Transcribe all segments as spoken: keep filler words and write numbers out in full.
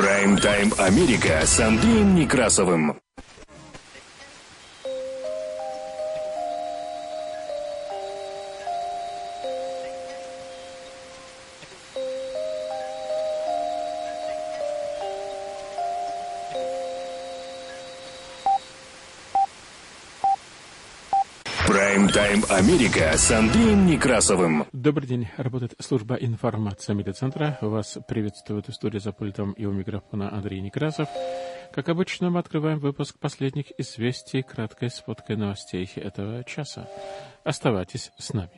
Прайм-тайм Америка с Андреем Некрасовым. Прайм-тайм Америка с Андреем Некрасовым. Добрый день. Работает служба информации медиацентра. Вас приветствует в студии за пультом и у микрофона Андрей Некрасов. Как обычно, мы открываем выпуск последних известий краткой сводкой новостей этого часа. Оставайтесь с нами.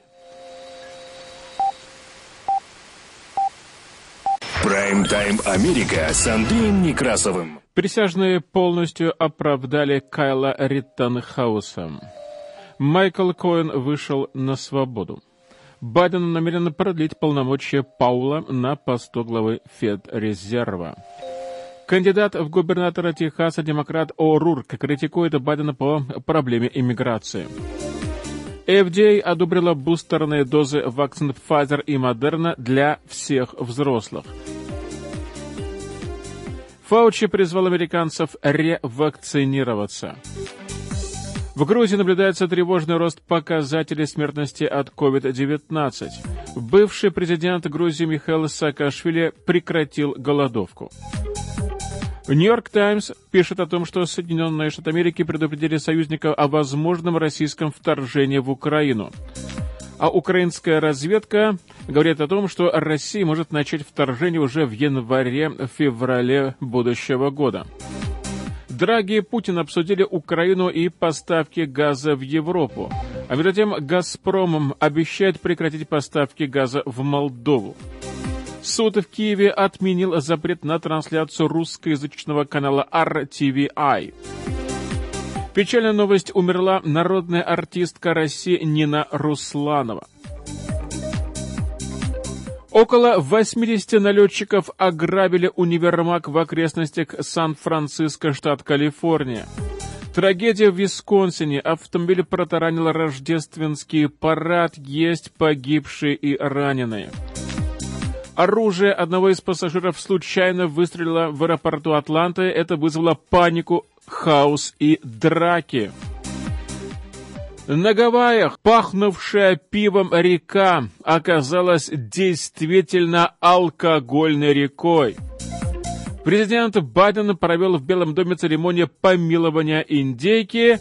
Прайм-тайм Америка с Андреем Некрасовым. Присяжные полностью оправдали Кайла Риттенхауса. Майкл Коэн вышел на свободу. Байден намерен продлить полномочия Паула на посту главы Федрезерва. Кандидат в губернатора Техаса демократ О'Рурк критикует Байдена по проблеме иммиграции. эф ди эй одобрила бустерные дозы вакцин Pfizer и Moderna для всех взрослых. Фаучи призвал американцев ревакцинироваться. В Грузии наблюдается тревожный рост показателей смертности от ковид девятнадцать. Бывший президент Грузии Михаил Саакашвили прекратил голодовку. Нью-Йорк Таймс пишет о том, что Соединенные Штаты Америки предупредили союзников о возможном российском вторжении в Украину. А украинская разведка говорит о том, что Россия может начать вторжение уже в январе-феврале будущего года. Драги и Путин обсудили Украину и поставки газа в Европу. А между тем «Газпром» обещает прекратить поставки газа в Молдову. Суд в Киеве отменил запрет на трансляцию русскоязычного канала ар ти ви ай. Печальная новость: умерла народная артистка России Нина Русланова. Около восьмидесяти налетчиков ограбили универмаг в окрестностях Сан-Франциско, штат Калифорния. Трагедия в Висконсине. Автомобиль протаранил рождественский парад. Есть погибшие и раненые. Оружие одного из пассажиров случайно выстрелило в аэропорту Атланты. Это вызвало панику, хаос и драки. На Гавайях пахнувшая пивом река оказалась действительно алкогольной рекой. Президент Байден провел в Белом доме церемонию помилования индейки,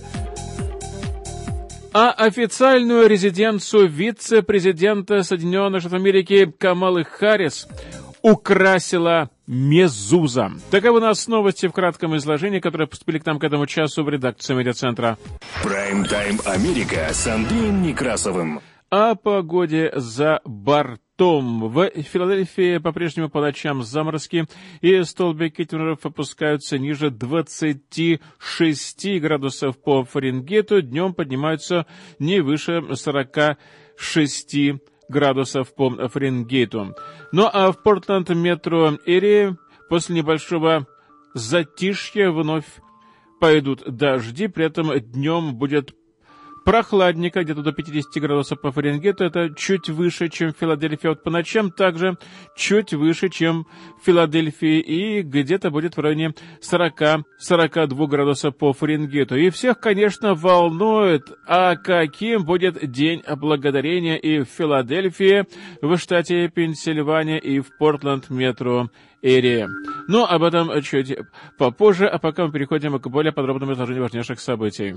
а официальную резиденцию вице-президента Соединенных Штатов Америки Камалы Харрис украсила мезуза. Таковы у нас новости в кратком изложении, которые поступили к нам к этому часу в редакцию медиацентра. Прайм-тайм Америка с Андреем Некрасовым. О погоде за бортом. В Филадельфии по-прежнему по ночам заморозки, и столбики термометров опускаются ниже двадцати шести градусов по Фаренгейту. Днем поднимаются не выше сорока шести градусов по Фаренгейту. Ну а в Портленд метро Эри после небольшого затишья вновь пойдут дожди, при этом днем будет прохладненько, где-то до пятидесяти градусов по Фаренгейту. Это чуть выше, чем в Филадельфии. Вот по ночам также чуть выше, чем в Филадельфии. И где-то будет в районе сорока-сорока двух градусов по Фаренгейту. И всех, конечно, волнует, а каким будет День Благодарения и в Филадельфии, в штате Пенсильвания, и в Портленд метро Эри. Но об этом чуть попозже, а пока мы переходим к более подробному изложению важнейших событий.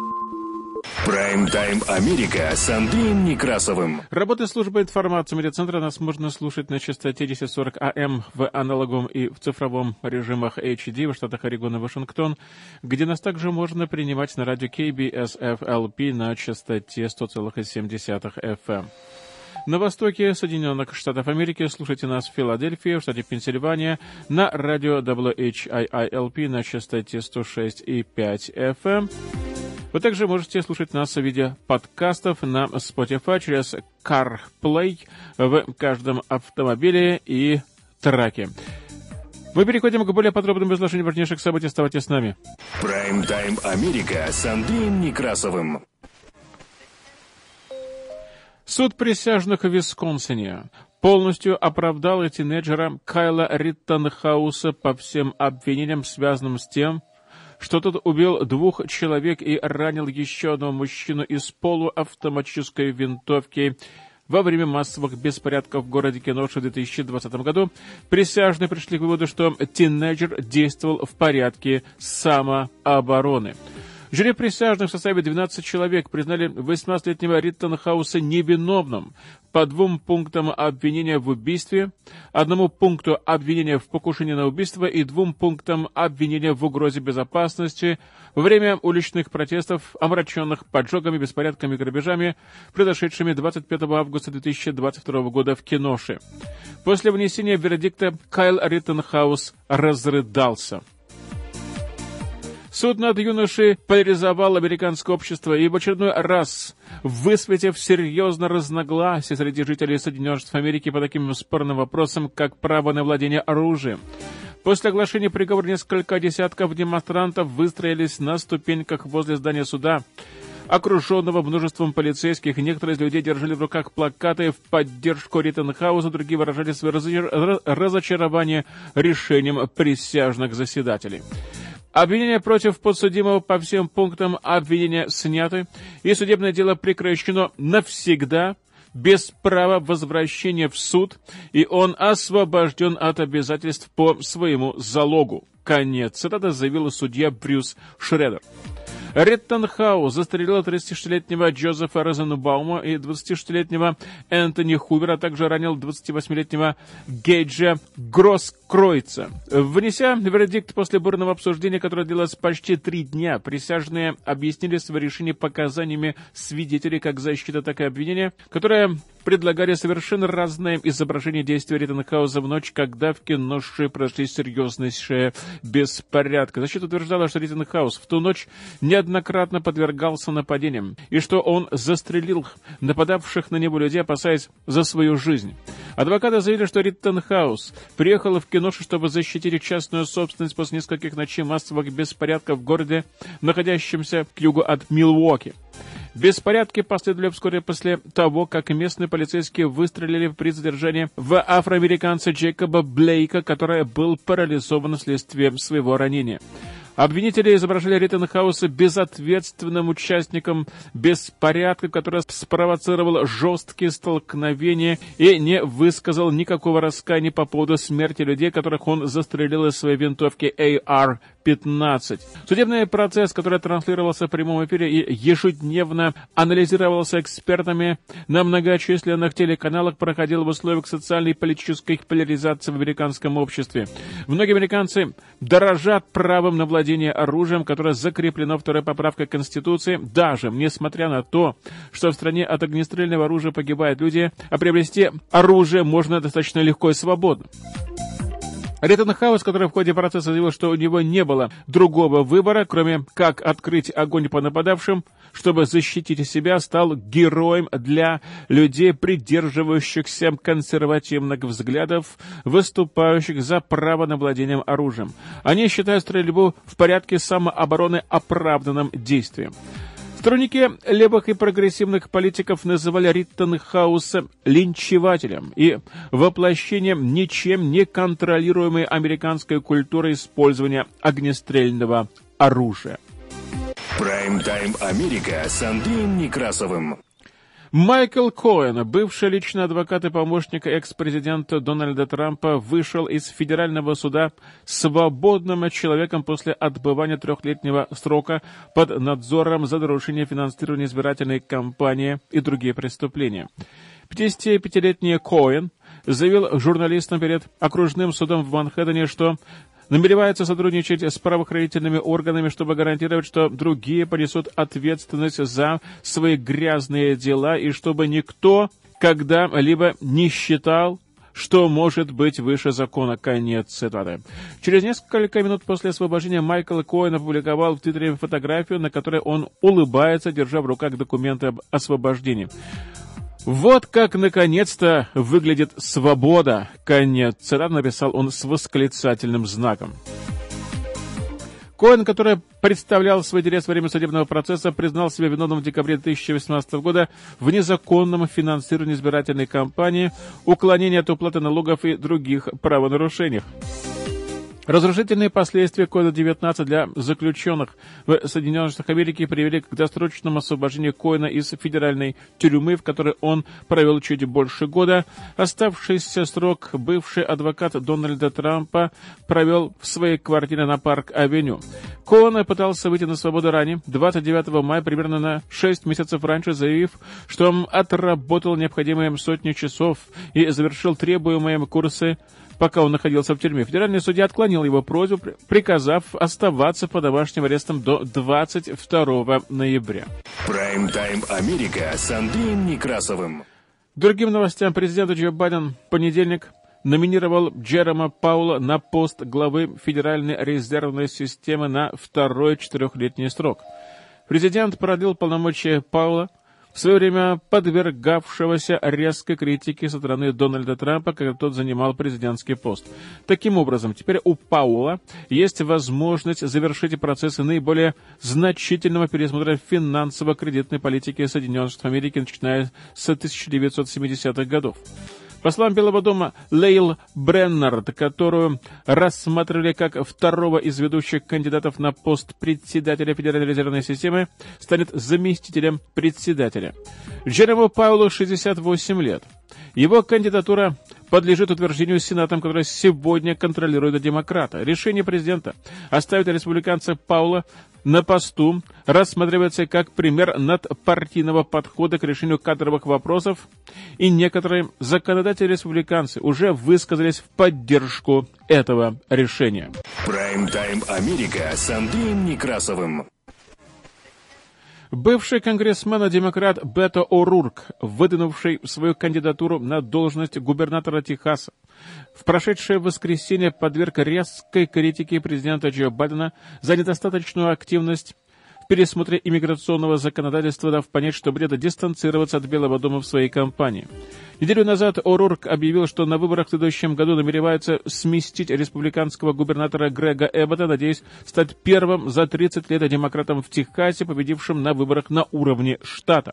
Прайм-тайм Америка с Андреем Некрасовым. Работает служба информации медиацентра. Нас можно слушать на частоте десять сорок АМ в аналоговом и в цифровом режимах эйч ди в штатах Орегон и Вашингтон, где нас также можно принимать на радио кей би эс эф эл пи на частоте сто целых семь десятых эф эм. На востоке Соединенных Штатов Америки слушайте нас в Филадельфии, в штате Пенсильвания, на радио дабл ю эйч ай ай эл пи на частоте сто шесть и пять эф эм. Вы также можете слушать нас в виде подкастов на Spotify через CarPlay в каждом автомобиле и траке. Мы переходим к более подробному изложению важнейших событий. Оставайтесь с нами. Прайм-тайм Америка с Андреем Некрасовым. Суд присяжных в Висконсине полностью оправдал тинейджера Кайла Риттенхауса по всем обвинениям, связанным с тем, что тот убил двух человек и ранил еще одного мужчину из полуавтоматической винтовки во время массовых беспорядков в городе Кеноши в две тысячи двадцатом году. Присяжные пришли к выводу, что тинейджер действовал в порядке самообороны. Жюри присяжных в составе двенадцати человек признали восемнадцатилетнего Риттенхауса невиновным по двум пунктам обвинения в убийстве, одному пункту обвинения в покушении на убийство и двум пунктам обвинения в угрозе безопасности во время уличных протестов, омраченных поджогами, беспорядками и грабежами, произошедшими двадцать пятого августа две тысячи двадцать второго года в Кеноши. После вынесения вердикта Кайл Риттенхаус разрыдался. Суд над юношей поляризовал американское общество и в очередной раз, высветив серьезно разногласия среди жителей Соединенных Штатов Америки по таким спорным вопросам, как право на владение оружием. После оглашения приговора несколько десятков демонстрантов выстроились на ступеньках возле здания суда, окруженного множеством полицейских. Некоторые из людей держали в руках плакаты в поддержку Риттенхауса, другие выражали свое разочарование решением присяжных заседателей. Обвинения против подсудимого по всем пунктам обвинения сняты, и судебное дело прекращено навсегда, без права возвращения в суд, и он освобожден от обязательств по своему залогу. Конец цитаты, заявил судья Брюс Шредер. Риттенхаус застрелил тридцатишестилетнего Джозефа Розенбаума и двадцатишестилетнего Энтони Хувера, а также ранил двадцативосьмилетнего Гейджа Гроскройца. Внеся вердикт после бурного обсуждения, которое длилось почти три дня, присяжные объяснили свое решение показаниями свидетелей как защита, так и обвинения, которые предлагали совершенно разные изображения действия Риттенхауса в ночь, когда в Кеноши прошли серьезнейшие беспорядки. Защита утверждала, что Риттенхаус в ту ночь неоднократно подвергался нападениям, и что он застрелил нападавших на него людей, опасаясь за свою жизнь. Адвокаты заявили, что Риттенхаус приехал в Кеноши, чтобы защитить частную собственность после нескольких ночей массовых беспорядков в городе, находящемся к югу от Милуоки. Беспорядки последовали вскоре после того, как местные полицейские выстрелили при задержании в афроамериканца Джейкоба Блейка, который был парализован вследствие своего ранения. Обвинители изображали Риттенхауса безответственным участником беспорядка, который спровоцировал жесткие столкновения и не высказал никакого раскаяния по поводу смерти людей, которых он застрелил из своей винтовки эй ар пятнадцать. Судебный процесс, который транслировался в прямом эфире и ежедневно анализировался экспертами на многочисленных телеканалах, проходил в условиях социальной и политической поляризации в американском обществе. Многие американцы дорожат правом на владение оружием, которое закреплено второй поправкой Конституции, даже несмотря на то, что в стране от огнестрельного оружия погибают люди, а приобрести оружие можно достаточно легко и свободно. Риттенхаус, который в ходе процесса заявил, что у него не было другого выбора, кроме как открыть огонь по нападавшим, чтобы защитить себя, стал героем для людей, придерживающихся консервативных взглядов, выступающих за право на владение оружием. Они считают стрельбу в порядке самообороны оправданным действием. Сторонники левых и прогрессивных политиков называли Риттенхауса линчевателем и воплощением ничем не контролируемой американской культуры использования огнестрельного оружия. Прайм-тайм Америка с Андреем Некрасовым. Майкл Коэн, бывший личный адвокат и помощник экс-президента Дональда Трампа, вышел из федерального суда свободным человеком после отбывания трехлетнего срока под надзором за нарушение финансирования избирательной кампании и другие преступления. пятидесятипятилетний Коэн заявил журналистам перед окружным судом в Манхэттене, что намеревается сотрудничать с правоохранительными органами, чтобы гарантировать, что другие понесут ответственность за свои грязные дела и чтобы никто когда-либо не считал, что может быть выше закона. Конец цитаты. Через несколько минут после освобождения Майкл Коэн опубликовал в Твиттере фотографию, на которой он улыбается, держа в руках документы об освобождении. «Вот как, наконец-то, выглядит свобода!» Конец цитаты, написал он с восклицательным знаком. Коэн, который представлял свой интерес во время судебного процесса, признал себя виновным в декабре две тысячи восемнадцатого года в незаконном финансировании избирательной кампании, уклонении от уплаты налогов и других правонарушениях. Разрушительные последствия ковид девятнадцать для заключенных в Соединенных Штатах Америки привели к досрочному освобождению Коэна из федеральной тюрьмы, в которой он провел чуть больше года. Оставшийся срок бывший адвокат Дональда Трампа провел в своей квартире на Парк-авеню. Коэн пытался выйти на свободу ранее, двадцать девятого мая, примерно на шесть месяцев раньше, заявив, что он отработал необходимые сотни часов и завершил требуемые курсы, пока он находился в тюрьме. Федеральный судья отклонил его просьбу, приказав оставаться под домашним арестом до двадцать второго ноября. Прайм-тайм Америка с Андреем Некрасовым. Другим новостям. Президент Джо Байден в понедельник номинировал Джерома Пауэлла на пост главы Федеральной резервной системы на второй четырехлетний срок. Президент продлил полномочия Пауэлла, в свое время подвергавшегося резкой критике со стороны Дональда Трампа, когда тот занимал президентский пост. Таким образом, теперь у Пауэлла есть возможность завершить процессы наиболее значительного пересмотра финансово-кредитной политики Соединенных Штатов Америки, начиная с тысяча девятьсот семидесятых годов. По словам Белого дома, Лейл Бреннард, которую рассматривали как второго из ведущих кандидатов на пост председателя Федеральной резервной системы, станет заместителем председателя. Джерому Пауэллу шестьдесят восемь лет. Его кандидатура подлежит утверждению Сенатом, который сегодня контролирует демократа. Решение президента оставить республиканца Пауэлла на посту рассматривается как пример надпартийного подхода к решению кадровых вопросов, и некоторые законодатели-республиканцы уже высказались в поддержку этого решения. Прайм-тайм Америка с Андреем Некрасовым. Бывший конгрессмен-демократ Бето О'Рурк, выдвинувший свою кандидатуру на должность губернатора Техаса, в прошедшее воскресенье подверг резкой критике президента Джо Байдена за недостаточную активность в пересмотре иммиграционного законодательства, дав понять, что будет дистанцироваться от Белого дома в своей кампании. Неделю назад О'Рурк объявил, что на выборах в следующем году намеревается сместить республиканского губернатора Грега Эббота, надеясь стать первым за тридцать лет демократом в Техасе, победившим на выборах на уровне штата.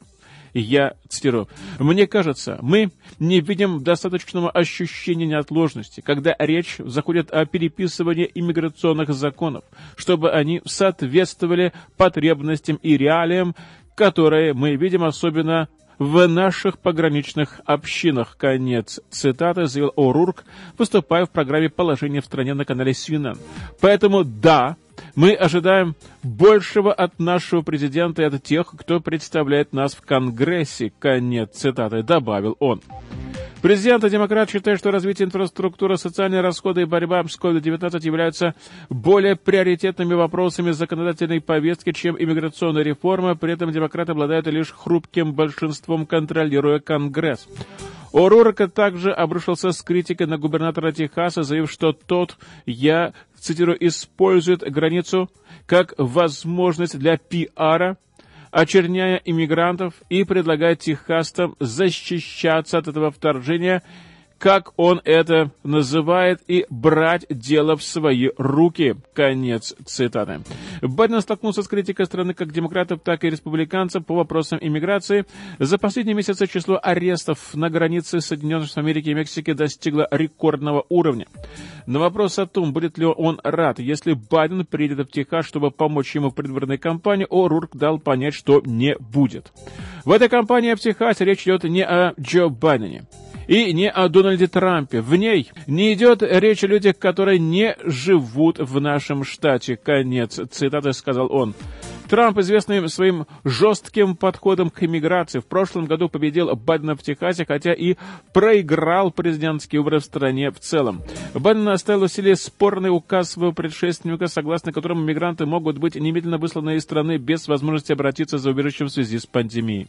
Я цитирую: «Мне кажется, мы не видим достаточного ощущения неотложности, когда речь заходит о переписывании иммиграционных законов, чтобы они соответствовали потребностям и реалиям, которые мы видим особенно в наших пограничных общинах». Конец цитаты, заявил О'Рурк, выступая в программе «Положение в стране» на канале си эн эн. Поэтому да, мы ожидаем большего от нашего президента и от тех, кто представляет нас в Конгрессе. Конец цитаты, добавил он. Президент и демократ считают, что развитие инфраструктуры, социальные расходы и борьба с ковид девятнадцать являются более приоритетными вопросами законодательной повестки, чем иммиграционная реформа. При этом демократы обладают лишь хрупким большинством, контролируя Конгресс. О'Рурк также обрушился с критикой на губернатора Техаса, заявив, что тот, я цитирую, использует границу как возможность для пиара, очерняя иммигрантов, и предлагает техасцам защищаться от этого вторжения, как он это называет, и брать дело в свои руки. Конец цитаты. Байден столкнулся с критикой стороны как демократов, так и республиканцев по вопросам иммиграции. За последние месяцы число арестов на границе Соединенных Штатов Америки и Мексики достигло рекордного уровня. На вопрос о том, будет ли он рад, если Байден приедет в Техас, чтобы помочь ему в предвыборной кампании, О'Рурк дал понять, что не будет. В этой кампании в Техасе речь идет не о Джо Байдене и не о Дональде Трампе. В ней не идет речь о людях, которые не живут в нашем штате. Конец цитаты, сказал он. Трамп, известный своим жестким подходом к иммиграции, в прошлом году победил Байдена в Техасе, хотя и проиграл президентские выборы в стране в целом. Байден оставил в силе спорный указ своего предшественника, согласно которому мигранты могут быть немедленно высланы из страны без возможности обратиться за убежищем в связи с пандемией.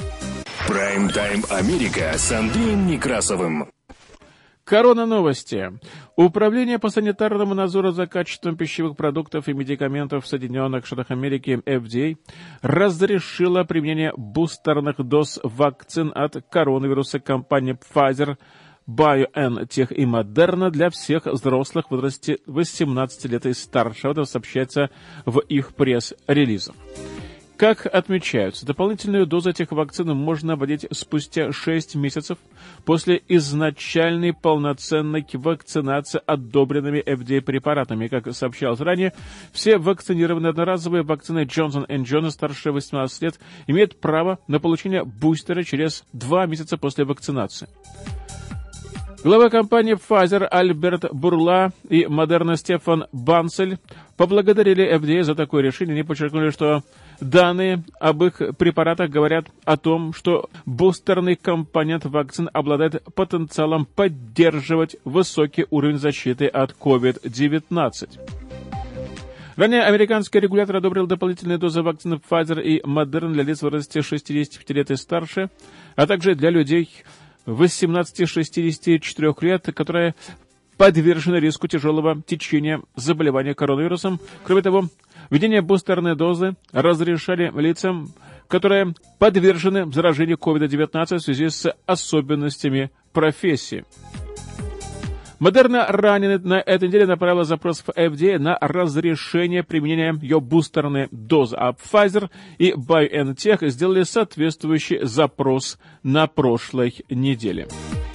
Прайм-тайм Америка с Андреем Некрасовым. Корона новости. Управление по санитарному надзору за качеством пищевых продуктов и медикаментов в Соединенных Штатах Америки эф ди эй разрешило применение бустерных доз вакцин от коронавируса компании Pfizer BioNTech и Moderna для всех взрослых в возрасте восемнадцати лет и старше. Это сообщается в их пресс-релизах. Как отмечаются, дополнительную дозу этих вакцин можно вводить спустя шесть месяцев после изначальной полноценной вакцинации одобренными эф ди эй препаратами. Как сообщалось ранее, все вакцинированные одноразовые вакцины Johnson энд Johnson старше восемнадцати лет имеют право на получение бустера через два месяца после вакцинации. Глава компании Pfizer Альберт Бурла и Moderna Стефан Банцель поблагодарили эф ди эй за такое решение. Они подчеркнули, что данные об их препаратах говорят о том, что бустерный компонент вакцин обладает потенциалом поддерживать высокий уровень защиты от ковид девятнадцать. Ранее американский регулятор одобрил дополнительные дозы вакцины Pfizer и Moderna для лиц в возрасте шестидесяти пяти лет и старше, а также для людей восемнадцати-шестидесяти четырёх лет, которые подвержены риску тяжелого течения заболевания коронавирусом. Кроме того, введение бустерной дозы разрешали лицам, которые подвержены заражению ковид девятнадцать в связи с особенностями профессии. Moderna ранее на этой неделе направила запрос в эф ди эй на разрешение применения ее бустерной дозы, а Pfizer и BioNTech сделали соответствующий запрос на прошлой неделе.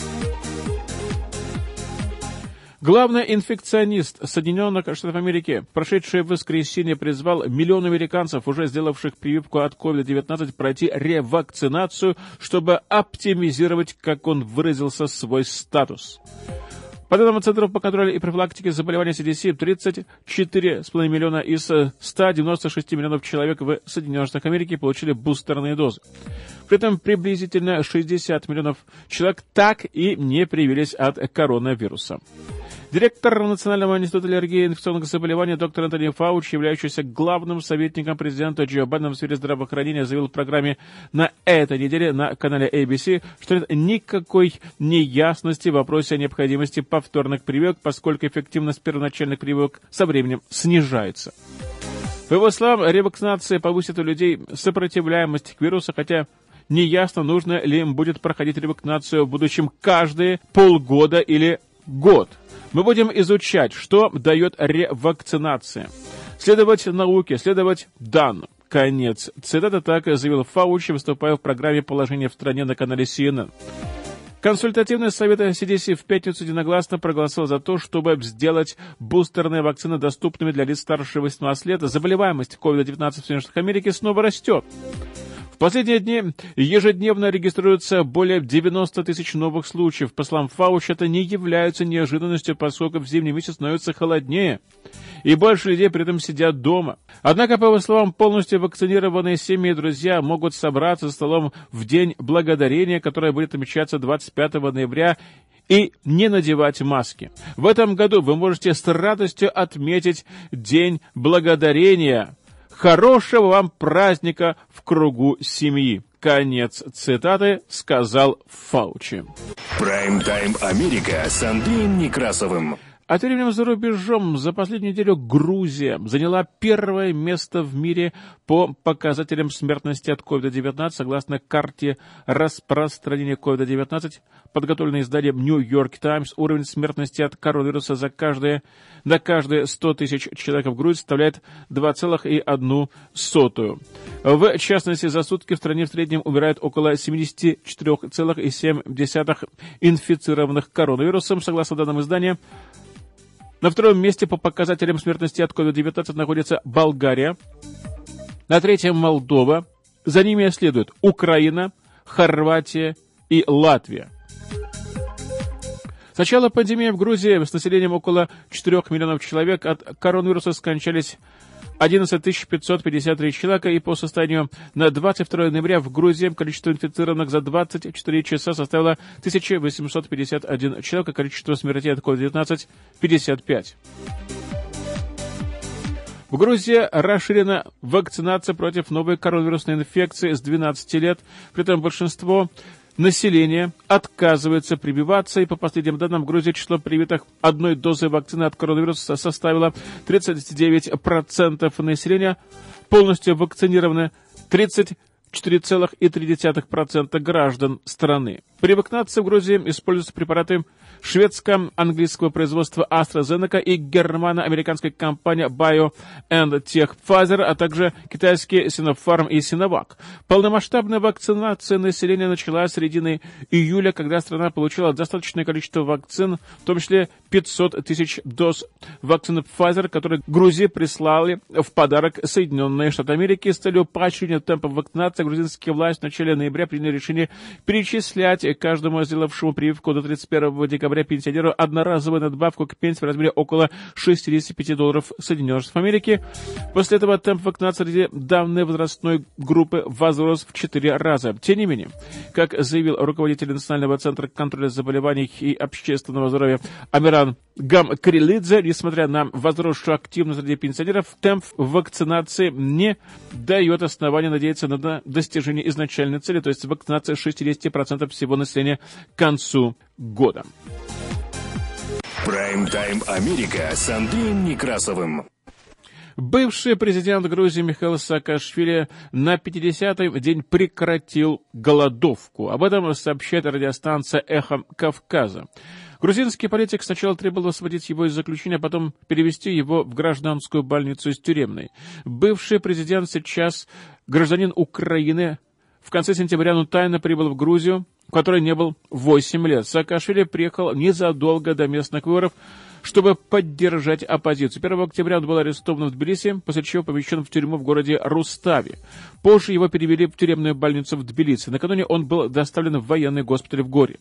Главный инфекционист Соединенных Штатов Америки, прошедшее воскресенье, призвал миллион американцев, уже сделавших прививку от ковид девятнадцать, пройти ревакцинацию, чтобы оптимизировать, как он выразился, свой статус. По данным Центра по контролю и профилактике заболеваний си ди си, тридцать четыре целых пять десятых миллиона из ста девяноста шести миллионов человек в Соединенных Штатах Америки получили бустерные дозы. При этом приблизительно шестьдесят миллионов человек так и не привились от коронавируса. Директор Национального института аллергии и инфекционных заболеваний доктор Энтони Фаучи, являющийся главным советником президента Джо Байдена в сфере здравоохранения, заявил в программе на этой неделе на канале эй би си, что нет никакой неясности в вопросе о необходимости повторных прививок, поскольку эффективность первоначальных прививок со временем снижается. По его словам, ревакцинация повысит у людей сопротивляемость к вирусу, хотя неясно, нужно ли им будет проходить ревакцинацию в будущем каждые полгода или год. Мы будем изучать, что дает ревакцинация. Следовать науке, следовать данным. Конец цитаты. Так заявил Фаучи, выступая в программе «Положение в стране» на канале си эн эн. Консультативный совет си ди си в пятницу единогласно проголосовал за то, чтобы сделать бустерные вакцины доступными для лиц старше восемнадцати лет. Заболеваемость ковид девятнадцать в Соединенных Штатах Америки снова растет. В последние дни ежедневно регистрируется более девяноста тысяч новых случаев. По словам Фаучи, это не является неожиданностью, поскольку в зимний месяц становится холоднее, и больше людей при этом сидят дома. Однако, по его словам, полностью вакцинированные семьи и друзья могут собраться за столом в День Благодарения, который будет отмечаться двадцать пятого ноября, и не надевать маски. В этом году вы можете с радостью отметить День Благодарения. Хорошего вам праздника в кругу семьи. Конец цитаты, сказал Фаучи. Прайм-тайм Америка с Андреем Некрасовым. А тем временем за рубежом за последнюю неделю Грузия заняла первое место в мире по показателям смертности от ковид девятнадцать, согласно карте распространения ковид девятнадцать, подготовленной изданием New York Times. Уровень смертности от коронавируса за каждые, на каждые сто тысяч человек в Грузии составляет два целых одна сотая. В частности, за сутки в стране в среднем умирает около семьдесят четыре целых семь десятых инфицированных коронавирусом, согласно данным издания. На втором месте по показателям смертности от ковид девятнадцать находится Болгария, на третьем Молдова, за ними следуют Украина, Хорватия и Латвия. С начала пандемии в Грузии с населением около четырёх миллионов человек от коронавируса скончались одиннадцать тысяч пятьсот пятьдесят три человека, и по состоянию на двадцать второе ноября в Грузии количество инфицированных за двадцать четыре часа составило тысяча восемьсот пятьдесят один человек, а количество смертей от ковид девятнадцать – пятьдесят пять. В Грузии расширена вакцинация против новой коронавирусной инфекции с двенадцати лет, при этом большинство население отказывается прививаться, и по последним данным в Грузии число привитых одной дозой вакцины от коронавируса составило тридцать девять процентов населения, полностью вакцинированы тридцать четыре целых три десятых процента граждан страны. При вакцинации в Грузии используются препараты шведско-английского производства AstraZeneca и германо-американской компании BioNTech Pfizer, а также китайские Sinopharm и Sinovac. Полномасштабная вакцинация населения началась с середины июля, когда страна получила достаточное количество вакцин, в том числе пятьсот тысяч доз вакцины Pfizer, которые Грузии прислали в подарок Соединенные Штаты Америки. С целью поощрения темпов вакцинации грузинские власти в начале ноября приняли решение перечислять каждому сделавшему прививку до тридцать первого декабря пенсионеру одноразовую надбавку к пенсии в размере около шестьдесят пять долларов Соединенных Штатов Америки. После этого темп вакцинации среди данной возрастной группы возрос в четыре раза. Тем не менее, как заявил руководитель Национального центра контроля заболеваний и общественного здоровья Амиран Гамкрилидзе, несмотря на возросшую активность среди пенсионеров, темп вакцинации не дает основания надеяться на достижение изначальной цели, то есть вакцинация шестьдесят процентов всего населения к концу года. Прайм-тайм Америка с Андреем Некрасовым. Бывший президент Грузии Михаил Саакашвили на пятидесятый день прекратил голодовку. Об этом сообщает радиостанция «Эхо Кавказа». Грузинский политик сначала требовал освободить его из заключения, а потом перевести его в гражданскую больницу из тюремной. Бывший президент сейчас гражданин Украины. В конце сентября он тайно прибыл в Грузию, в которой не был восемь лет. Саакашвили приехал незадолго до местных выборов, чтобы поддержать оппозицию. первого октября он был арестован в Тбилиси, после чего помещен в тюрьму в городе Рустави. Позже его перевели в тюремную больницу в Тбилиси. Накануне он был доставлен в военный госпиталь в Горе.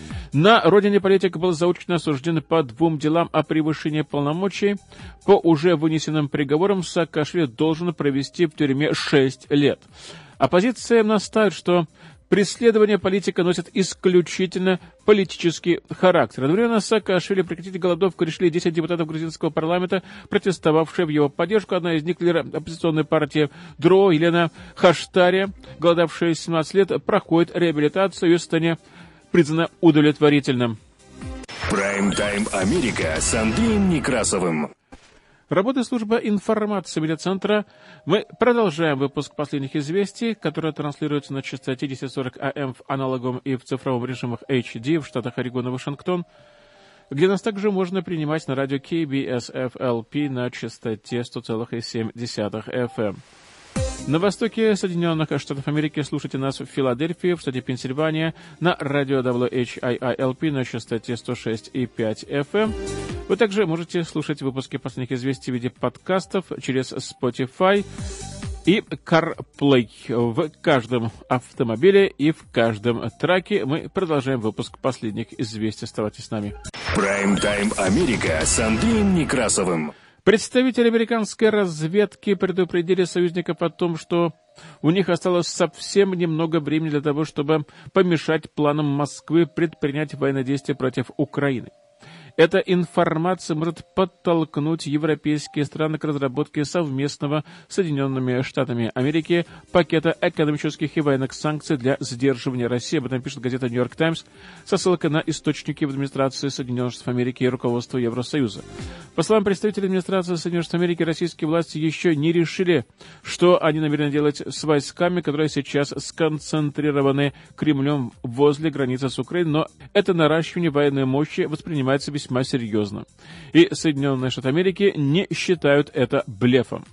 На родине политик был заочно осужден по двум делам о превышении полномочий. По уже вынесенным приговорам Саакашвили должен провести в тюрьме шесть лет. Оппозиция настаивает, что преследование политика носит исключительно политический характер. Одновременно Саакашвили прекратить голодовку решили десять депутатов грузинского парламента, протестовавшие в его поддержку. Одна из них, лидер оппозиционной партии ДРО Елена Хаштария, голодавшая семнадцать лет, проходит реабилитацию, ее состояние признано удовлетворительным. Прайм-тайм Америка с Андреем Некрасовым. Работает служба информации медиацентра. Мы продолжаем выпуск последних известий, которые транслируются на частоте десять сорок АМ в аналоговом и в цифровом режимах эйч ди в штатах Орегон и Вашингтон, где нас также можно принимать на радио кей би эс эф эл пи на частоте сто целых семь десятых эф эм. На востоке Соединенных Штатов Америки слушайте нас в Филадельфии, в штате Пенсильвания, на радио дабл ю эйч ай ай эл пи на частоте сто шесть и пять эф эм. Вы также можете слушать выпуски последних известий в виде подкастов через Spotify и CarPlay в каждом автомобиле и в каждом траке. Мы продолжаем выпуск последних известий. Оставайтесь с нами. Прайм-тайм Америка с Андреем Некрасовым. Представители американской разведки предупредили союзников о том, что у них осталось совсем немного времени для того, чтобы помешать планам Москвы предпринять военные действия против Украины. Эта информация может подтолкнуть европейские страны к разработке совместного с Соединенными Штатами Америки пакета экономических и военных санкций для сдерживания России. Об этом пишет газета «Нью-Йорк Таймс» со ссылкой на источники в администрации Соединенных Штатов Америки и руководство Евросоюза. По словам представителей администрации Соединенных Штатов Америки, российские власти еще не решили, что они намерены делать с войсками, которые сейчас сконцентрированы Кремлем возле границы с Украиной, но это наращивание военной мощи воспринимается весьма весьма серьезно. И Соединенные Штаты Америки не считают это блефом.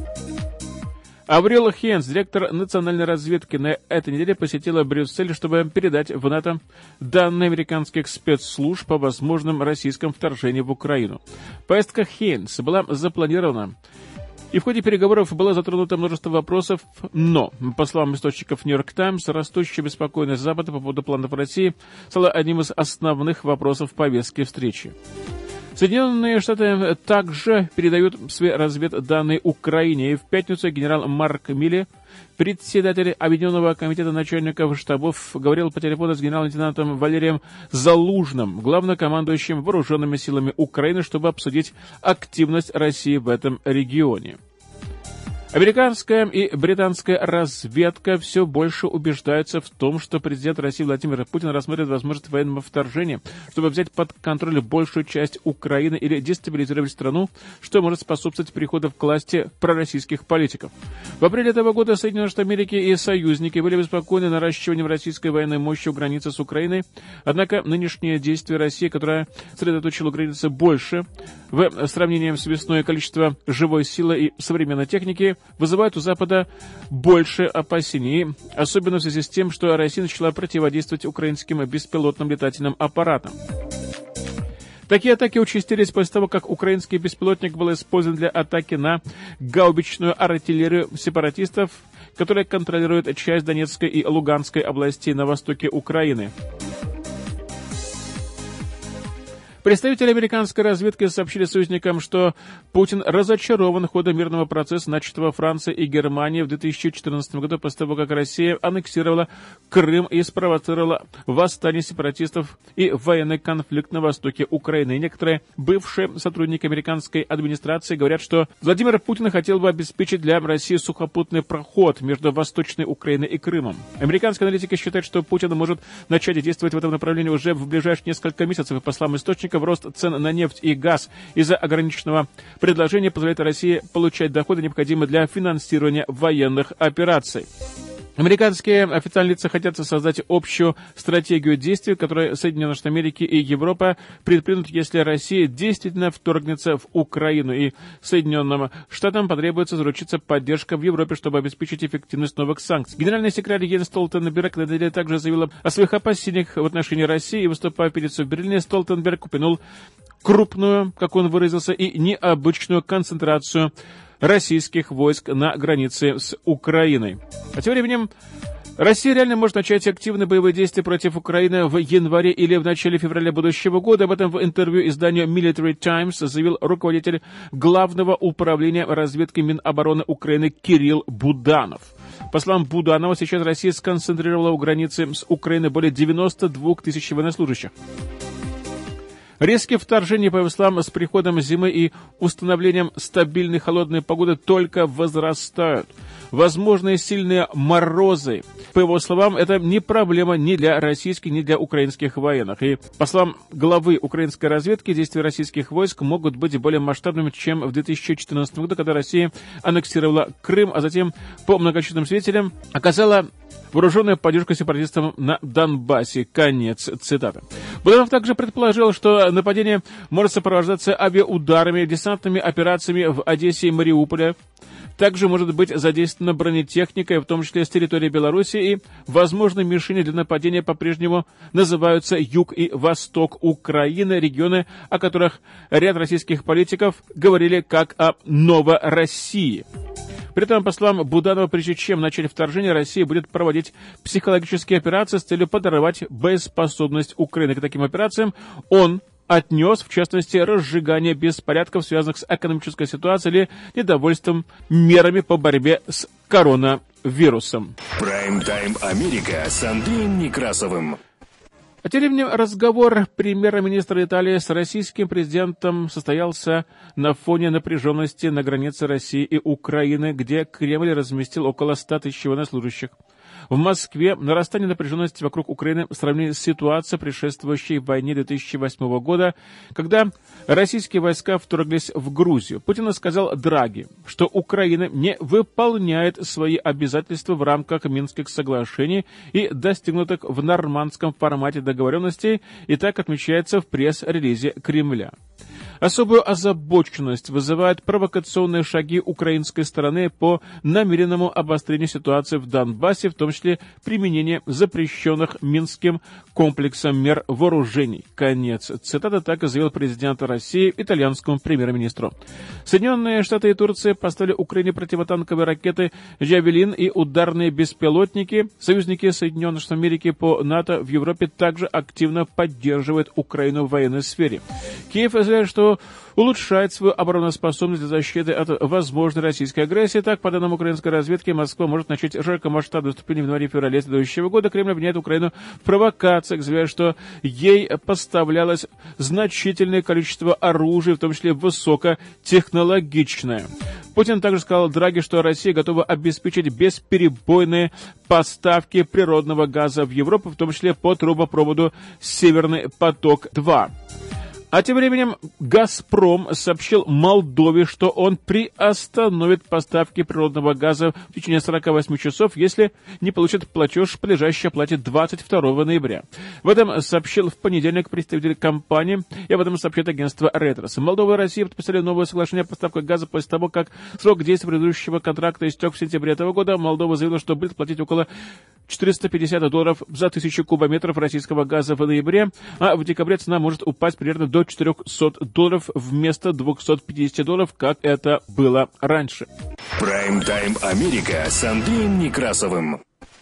Аврил Хейнс, директор национальной разведки, на этой неделе посетила Брюссель, чтобы передать в НАТО данные американских спецслужб по возможным российским вторжениям в Украину. Поездка Хейнс была запланирована, и в ходе переговоров было затронуто множество вопросов, но, по словам источников «Нью-Йорк Таймс», растущая беспокойность Запада по поводу планов России стала одним из основных вопросов повестки встречи. Соединенные Штаты также передают свои разведданные Украине, и в пятницу генерал Марк Милли, председатель Объединенного комитета начальников штабов, говорил по телефону с генерал-лейтенантом Валерием Залужным, главнокомандующим вооруженными силами Украины, чтобы обсудить активность России в этом регионе. Американская и британская разведка все больше убеждаются в том, что президент России Владимир Путин рассматривает возможность военного вторжения, чтобы взять под контроль большую часть Украины или дестабилизировать страну, что может способствовать переходу к власти пророссийских политиков. В апреле этого года Соединенные Штаты Америки и союзники были обеспокоены наращиванием российской военной мощи у границы с Украиной, однако нынешние действия России, которая сосредоточила у границы больше в сравнении с весной количество живой силы и современной техники, вызывают у Запада больше опасений, особенно в связи с тем, что Россия начала противодействовать украинским беспилотным летательным аппаратам. Такие атаки участились после того, как украинский беспилотник был использован для атаки на гаубичную артиллерию сепаратистов, которая контролирует часть Донецкой и Луганской областей на востоке Украины. Представители американской разведки сообщили союзникам, что Путин разочарован ходом мирного процесса, начатого Францией и Германией в две тысячи четырнадцатом году, после того, как Россия аннексировала Крым и спровоцировала восстание сепаратистов и военный конфликт на востоке Украины. И некоторые бывшие сотрудники американской администрации говорят, что Владимир Путин хотел бы обеспечить для России сухопутный проход между Восточной Украиной и Крымом. Американские аналитики считают, что Путин может начать действовать в этом направлении уже в ближайшие несколько месяцев. И по словам источников, рост цен на нефть и газ из-за ограниченного предложения позволяет России получать доходы, необходимые для финансирования военных операций. Американские официальные лица хотят создать общую стратегию действий, которую Соединенные Штаты Америки и Европа предпримут, если Россия действительно вторгнется в Украину, и Соединенным Штатам потребуется заручиться поддержка в Европе, чтобы обеспечить эффективность новых санкций. Генеральный секретарь Йенс Столтенберг на неделе также заявил о своих опасениях в отношении России, и, выступая перед в Берлине, Столтенберг упомянул крупную, как он выразился, и необычную концентрацию российских войск на границе с Украиной. А тем временем Россия реально может начать активные боевые действия против Украины в январе или в начале февраля будущего года. Об этом в интервью изданию Military Times заявил руководитель Главного управления разведки Минобороны Украины Кирилл Буданов. По словам Буданова, сейчас Россия сконцентрировала у границы с Украиной более девяноста двух тысяч военнослужащих. Риски вторжения, по его словам, с приходом зимы и установлением стабильной холодной погоды только возрастают. Возможные сильные морозы, по его словам, это не проблема ни для российских, ни для украинских военных. И, по словам главы украинской разведки, действия российских войск могут быть более масштабными, чем в две тысячи четырнадцатом году, когда Россия аннексировала Крым, а затем, по многочисленным свидетелям, оказала вооруженную поддержку сепаратистам на Донбассе. Конец цитаты. Буданов также предположил, что нападение может сопровождаться авиаударами, десантными операциями в Одессе и Мариуполе. Также может быть задействована бронетехника, в том числе с территории Беларуси, и возможные мишени для нападения по-прежнему называются юг и восток Украины, регионы, о которых ряд российских политиков говорили как о Новороссии. При этом, по словам Буданова, прежде чем начать вторжение, Россия будет проводить психологические операции с целью подорвать боеспособность Украины. К таким операциям он отнес, в частности, разжигание беспорядков, связанных с экономической ситуацией или недовольством мерами по борьбе с коронавирусом. Прайм-тайм Америка с Андреем Некрасовым. А тем временем разговор премьер-министра Италии с российским президентом состоялся на фоне напряженности на границе России и Украины, где Кремль разместил около ста тысяч военнослужащих. В Москве нарастание напряженности вокруг Украины в сравнении с ситуацией, предшествующей войне две тысячи восьмого года, когда российские войска вторглись в Грузию. Путин сказал Драги, что Украина не выполняет свои обязательства в рамках Минских соглашений и достигнутых в нормандском формате договоренностей, и так отмечается в пресс-релизе Кремля. Особую озабоченность вызывают провокационные шаги украинской стороны по намеренному обострению ситуации в Донбассе, в том числе применение запрещенных Минским комплексом мер вооружений. Конец цитаты, так и заявил президент России итальянскому премьер-министру. Соединенные Штаты и Турция поставили Украине противотанковые ракеты «Джавелин» и ударные беспилотники. Союзники Соединенных Штатов Америки по НАТО в Европе также активно поддерживают Украину в военной сфере. Киев заявляет, что улучшает свою обороноспособность для защиты от возможной российской агрессии. Так, по данным украинской разведки, Москва может начать широкомасштабное выступление в январе-феврале следующего года. Кремль обвиняет Украину в провокациях, заявляя, что ей поставлялось значительное количество оружия, в том числе высокотехнологичное. Путин также сказал Драги, что Россия готова обеспечить бесперебойные поставки природного газа в Европу, в том числе по трубопроводу «Северный поток-два». А тем временем «Газпром» сообщил Молдове, что он приостановит поставки природного газа в течение сорока восьми часов, если не получит платеж, подлежащий оплате двадцать второго ноября. В этом сообщил в понедельник представитель компании, и об этом сообщает агентство Reuters. Молдова и Россия подписали новое соглашение о поставках газа после того, как срок действия предыдущего контракта истек в сентябре этого года. Молдова заявила, что будет платить около четыреста пятьдесят долларов за тысячу кубометров российского газа в ноябре, а в декабре цена может упасть примерно до четырехсот долларов вместо двухсот пятидесяти долларов, как это было раньше. Прайм-тайм Америка с Андреем Некрасовым.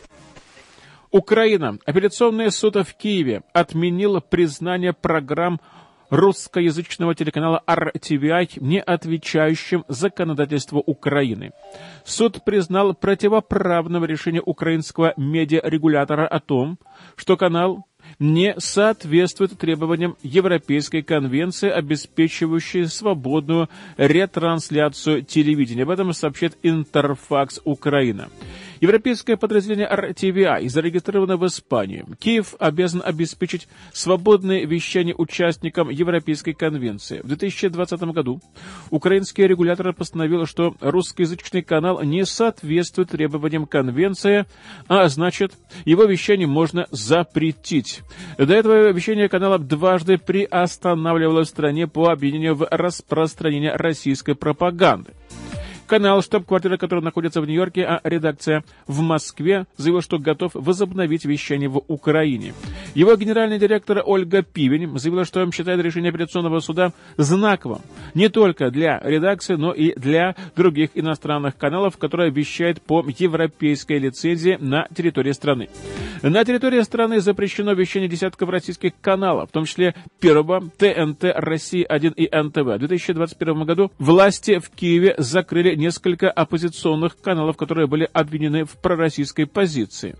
Украина. Апелляционный суд в Киеве отменил признание программ русскоязычного телеканала эр ти ви ай, не отвечающим законодательству Украины. Суд признал противоправным решение украинского медиарегулятора о том, что канал не соответствует требованиям Европейской конвенции, обеспечивающей свободную ретрансляцию телевидения. Об этом сообщает Интерфакс Украина. Европейское подразделение эр ти ви ай зарегистрировано в Испании. Киев обязан обеспечить свободное вещание участникам Европейской конвенции. В две тысячи двадцатом году украинский регулятор постановил, что русскоязычный канал не соответствует требованиям конвенции, а значит, его вещание можно запретить. До этого вещание канала дважды приостанавливалось в стране по обвинению в распространении российской пропаганды. Канал, штаб-квартира которого находится в Нью-Йорке, а редакция в Москве, заявил, что готов возобновить вещание в Украине. Его генеральный директор Ольга Пивень заявила, что считает решение апелляционного суда знаковым не только для редакции, но и для других иностранных каналов, которые вещают по европейской лицензии на территории страны. На территории страны запрещено вещание десятков российских каналов, в том числе Первого, тэ эн тэ, Россия один и эн тэ вэ. В две тысячи двадцать первом году власти в Киеве закрыли несколько оппозиционных каналов, которые были обвинены в пророссийской позиции.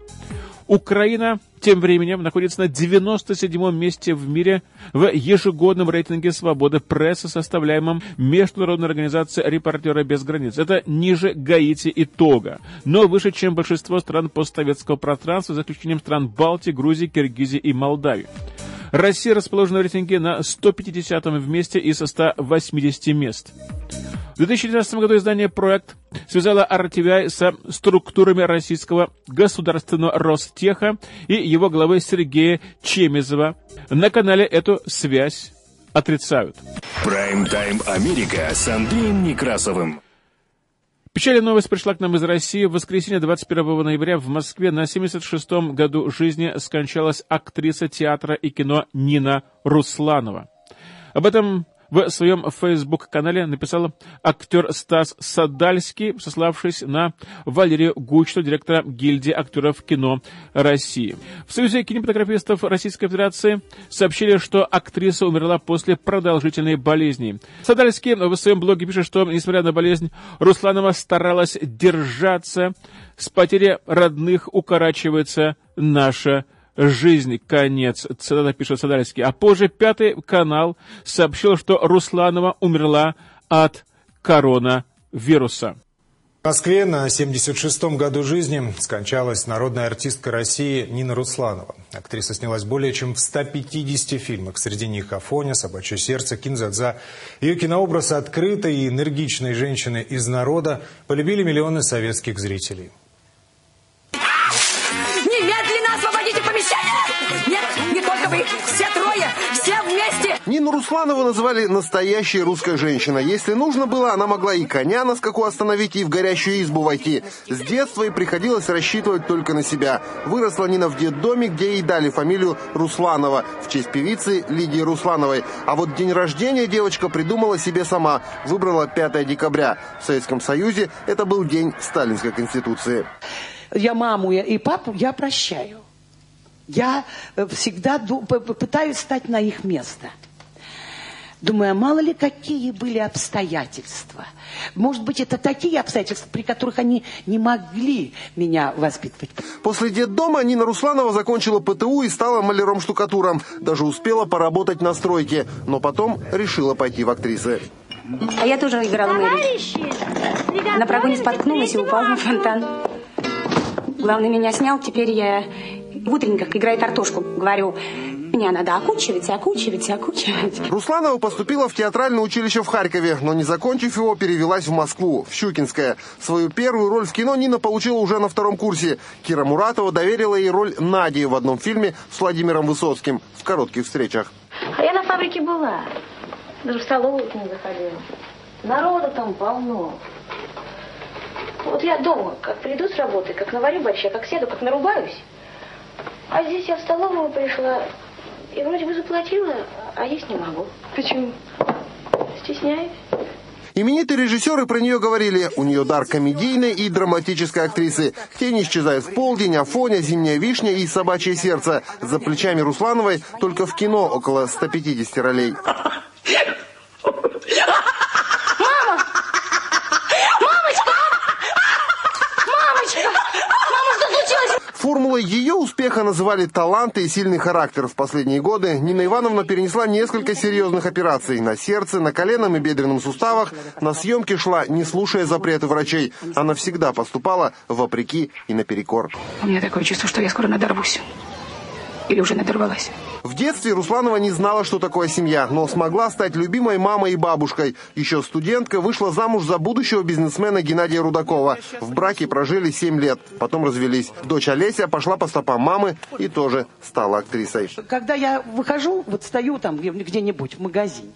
Украина тем временем находится на девяносто седьмом месте в мире в ежегодном рейтинге свободы прессы, составляемом Международной организацией «Репортеры без границ». Это ниже Гаити и Того, но выше, чем большинство стран постсоветского пространства, за исключением стран Балтии, Грузии, Киргизии и Молдавии. Россия расположена в рейтинге на сто пятидесятом месте из ста восьмидесяти мест. В две тысячи тринадцатом году издание «Проект» связало эр ти ви ай со структурами российского государственного Ростеха и его главы Сергея Чемезова. На канале эту связь отрицают. Прайм-тайм Америка с Андреем Некрасовым. Печальная новость пришла к нам из России. В воскресенье двадцать первого ноября в Москве на семьдесят шестом году жизни скончалась актриса театра и кино Нина Русланова. Об этом в своем фейсбук-канале написал актер Стас Садальский, сославшись на Валерию Гучту, директора гильдии актеров кино России. В Союзе кинематографистов Российской Федерации сообщили, что актриса умерла после продолжительной болезни. Садальский в своем блоге пишет, что, несмотря на болезнь, Русланова старалась держаться. С потери родных укорачивается наша жизнь. Конец. Цитата пишет Садальский. А позже Пятый канал сообщил, что Русланова умерла от коронавируса. В Москве на семьдесят шестом году жизни скончалась народная артистка России Нина Русланова. Актриса снялась более чем в ста пятидесяти фильмах. Среди них «Афоня», «Собачье сердце», «Кин-дза-дза». Ее кинообраз открытой и энергичной женщины из народа полюбили миллионы советских зрителей. Немедленно освободите помещение! Нет, не только вы, все трое, все вместе! Нину Русланову называли настоящей русской женщиной. Если нужно было, она могла и коня на скаку остановить, и в горящую избу войти. С детства ей приходилось рассчитывать только на себя. Выросла Нина в детдоме, где ей дали фамилию Русланова в честь певицы Лидии Руслановой. А вот день рождения девочка придумала себе сама. Выбрала пятое декабря. В Советском Союзе это был день Сталинской Конституции. Я маму и папу я прощаю. Я всегда пытаюсь стать на их место. Думаю, а мало ли какие были обстоятельства. Может быть, это такие обстоятельства, при которых они не могли меня воспитывать. После детдома Нина Русланова закончила пэ тэ у и стала маляром-штукатуром. Даже успела поработать на стройке, но потом решила пойти в актрисы. А я тоже играла Мэри. На прогоне споткнулась и упала на фонтан. Главный меня снял, теперь я в утренниках играю картошку. Говорю, меня надо окучивать, окучивать, окучивать. Русланова поступила в театральное училище в Харькове, но не закончив его, перевелась в Москву, в Щукинское. Свою первую роль в кино Нина получила уже на втором курсе. Кира Муратова доверила ей роль Нади в одном фильме с Владимиром Высоцким в «Коротких встречах». А я на фабрике была. Даже в столовую не заходила. Народу там полно. Вот я дома, как приду с работы, как наварю борща, как сяду, как нарубаюсь. А здесь я в столовую пришла и вроде бы заплатила, а есть не могу. Почему? Стесняюсь. Именитые режиссеры про нее говорили, у нее дар комедийной и драматической актрисы. «Тень исчезает в полдень», «Афоня», «Зимняя вишня» и «Собачье сердце». За плечами Руслановой только в кино около ста пятидесяти ролей. Формулой ее успеха называли талант и сильный характер. В последние годы Нина Ивановна перенесла несколько серьезных операций. На сердце, на коленном и бедренном суставах. На съемки шла, не слушая запреты врачей. Она всегда поступала вопреки и наперекор. У меня такое чувство, что я скоро надорвусь. Или уже надорвалась. В детстве Русланова не знала, что такое семья, но смогла стать любимой мамой и бабушкой. Еще студентка вышла замуж за будущего бизнесмена Геннадия Рудакова. В браке прожили семь лет, потом развелись. Дочь Олеся пошла по стопам мамы и тоже стала актрисой. Когда я выхожу, вот стою там где-нибудь в магазине,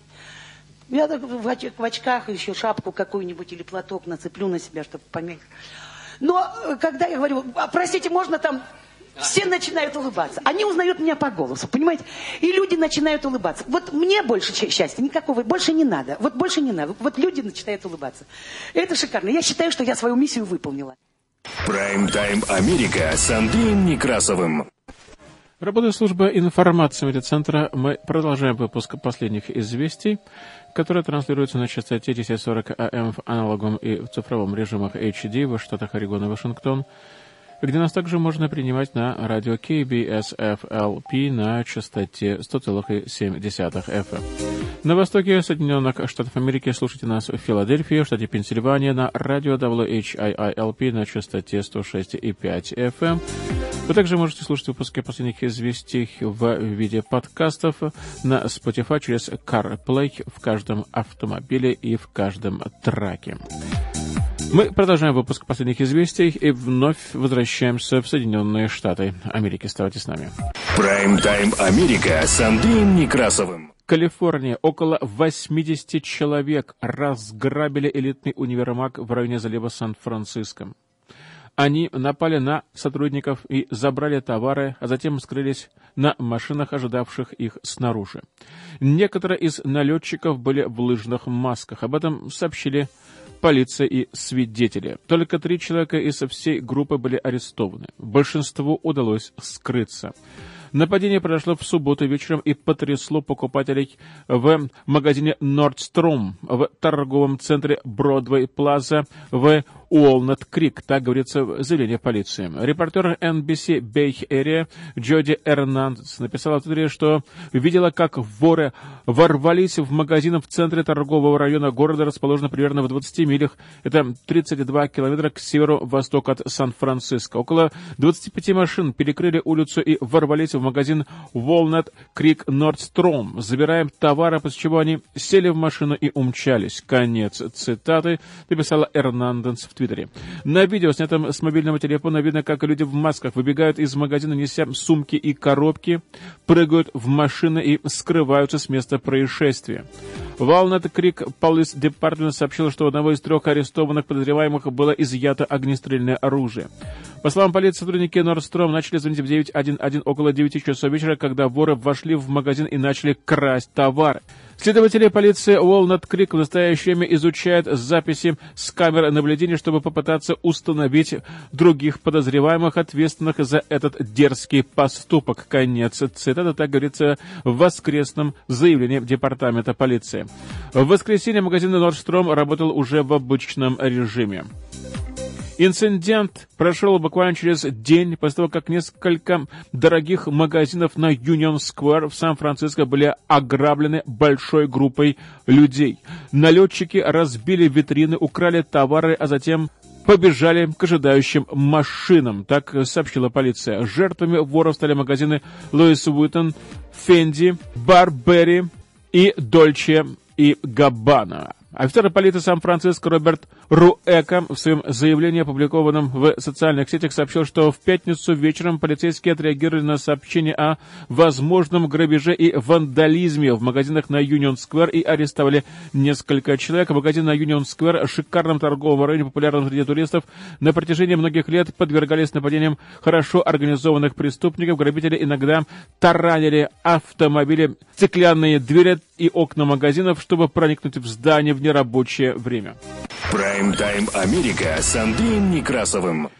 я так в оч- в очках еще шапку какую-нибудь или платок нацеплю на себя, чтобы поменьше. Но когда я говорю, а, простите, можно там... Все начинают улыбаться. Они узнают меня по голосу, понимаете? И люди начинают улыбаться. Вот мне больше счастья никакого, больше не надо. Вот больше не надо. Вот люди начинают улыбаться. Это шикарно. Я считаю, что я свою миссию выполнила. Прайм-тайм Америка с Андреем Некрасовым. Работая служба информации медиацентра, мы продолжаем выпуск последних известий, которые транслируются на частоте тысяча сорок АМ в аналоговом и в цифровом режимах эйч ди в штатах Орегон и Вашингтон, где нас также можно принимать на радио кей би эс эф эл пи на частоте сто целых семь десятых эф эм. На востоке Соединенных Штатов Америки слушайте нас в Филадельфии, в штате Пенсильвания, на радио дабл ю эйч ай ай эл пи на частоте сто шесть и пять эф эм. Вы также можете слушать выпуски последних известий в виде подкастов на Spotify через CarPlay в каждом автомобиле и в каждом траке. Мы продолжаем выпуск последних известий и вновь возвращаемся в Соединенные Штаты Америки. Оставайтесь с нами. Прайм-тайм Америка с Андреем Некрасовым. Калифорния. Около восемьдесят человек разграбили элитный универмаг в районе залива Сан-Франциско. Они напали на сотрудников и забрали товары, а затем скрылись на машинах, ожидавших их снаружи. Некоторые из налетчиков были в лыжных масках. Об этом сообщили полиция и свидетели. Только три человека из всей группы были арестованы. Большинству удалось скрыться. Нападение произошло в субботу вечером и потрясло покупателей в магазине Nordstrom в торговом центре Бродвей Плаза в Уолнат-Крик, так говорится в заявлении полиции. Репортер эн би си Bay Area Джоди Эрнандес написала в Твиттере, что видела, как воры ворвались в магазин в центре торгового района города, расположенного примерно в двадцати милях, это тридцать два километра к северо-востоку от Сан-Франциско. Около двадцати пяти машин перекрыли улицу и ворвались в магазин Walnut Creek Nordstrom, забираем товары, после чего они сели в машину и умчались. Конец цитаты, написала Эрнандес в Твиттере. На видео, снятом с мобильного телефона, видно, как люди в масках выбегают из магазина, неся сумки и коробки, прыгают в машины и скрываются с места происшествия. Walnut Creek Police Department сообщил, что у одного из трех арестованных подозреваемых было изъято огнестрельное оружие. По словам полиции, сотрудники Nordstrom начали звонить в девять один один около девяти часов вечера, когда воры вошли в магазин и начали красть товары. Следователи полиции Walnut Creek в настоящее время изучают записи с камер наблюдения, чтобы попытаться установить других подозреваемых, ответственных за этот дерзкий поступок. Конец цитаты, так говорится в воскресном заявлении департамента полиции. В воскресенье магазин Nordstrom работал уже в обычном режиме. Инцидент прошел буквально через день после того, как несколько дорогих магазинов на Union Square в Сан-Франциско были ограблены большой группой людей. Налетчики разбили витрины, украли товары, а затем побежали к ожидающим машинам, так сообщила полиция. Жертвами воров стали магазины Louis Vuitton, Fendi, Burberry и Dolce и Gabbana. Офицер полиции Сан-Франциско Роберт Руэка в своем заявлении, опубликованном в социальных сетях, сообщил, что в пятницу вечером полицейские отреагировали на сообщение о возможном грабеже и вандализме в магазинах на Union Square и арестовали несколько человек. Магазин на Union Square, шикарном торговом районе, популярном среди туристов, на протяжении многих лет подвергались нападениям хорошо организованных преступников. Грабители иногда таранили автомобили, стеклянные двери и окна магазинов, чтобы проникнуть в здание в нерабочее время. Прайм-тайм Америка с Андреем Некрасовым.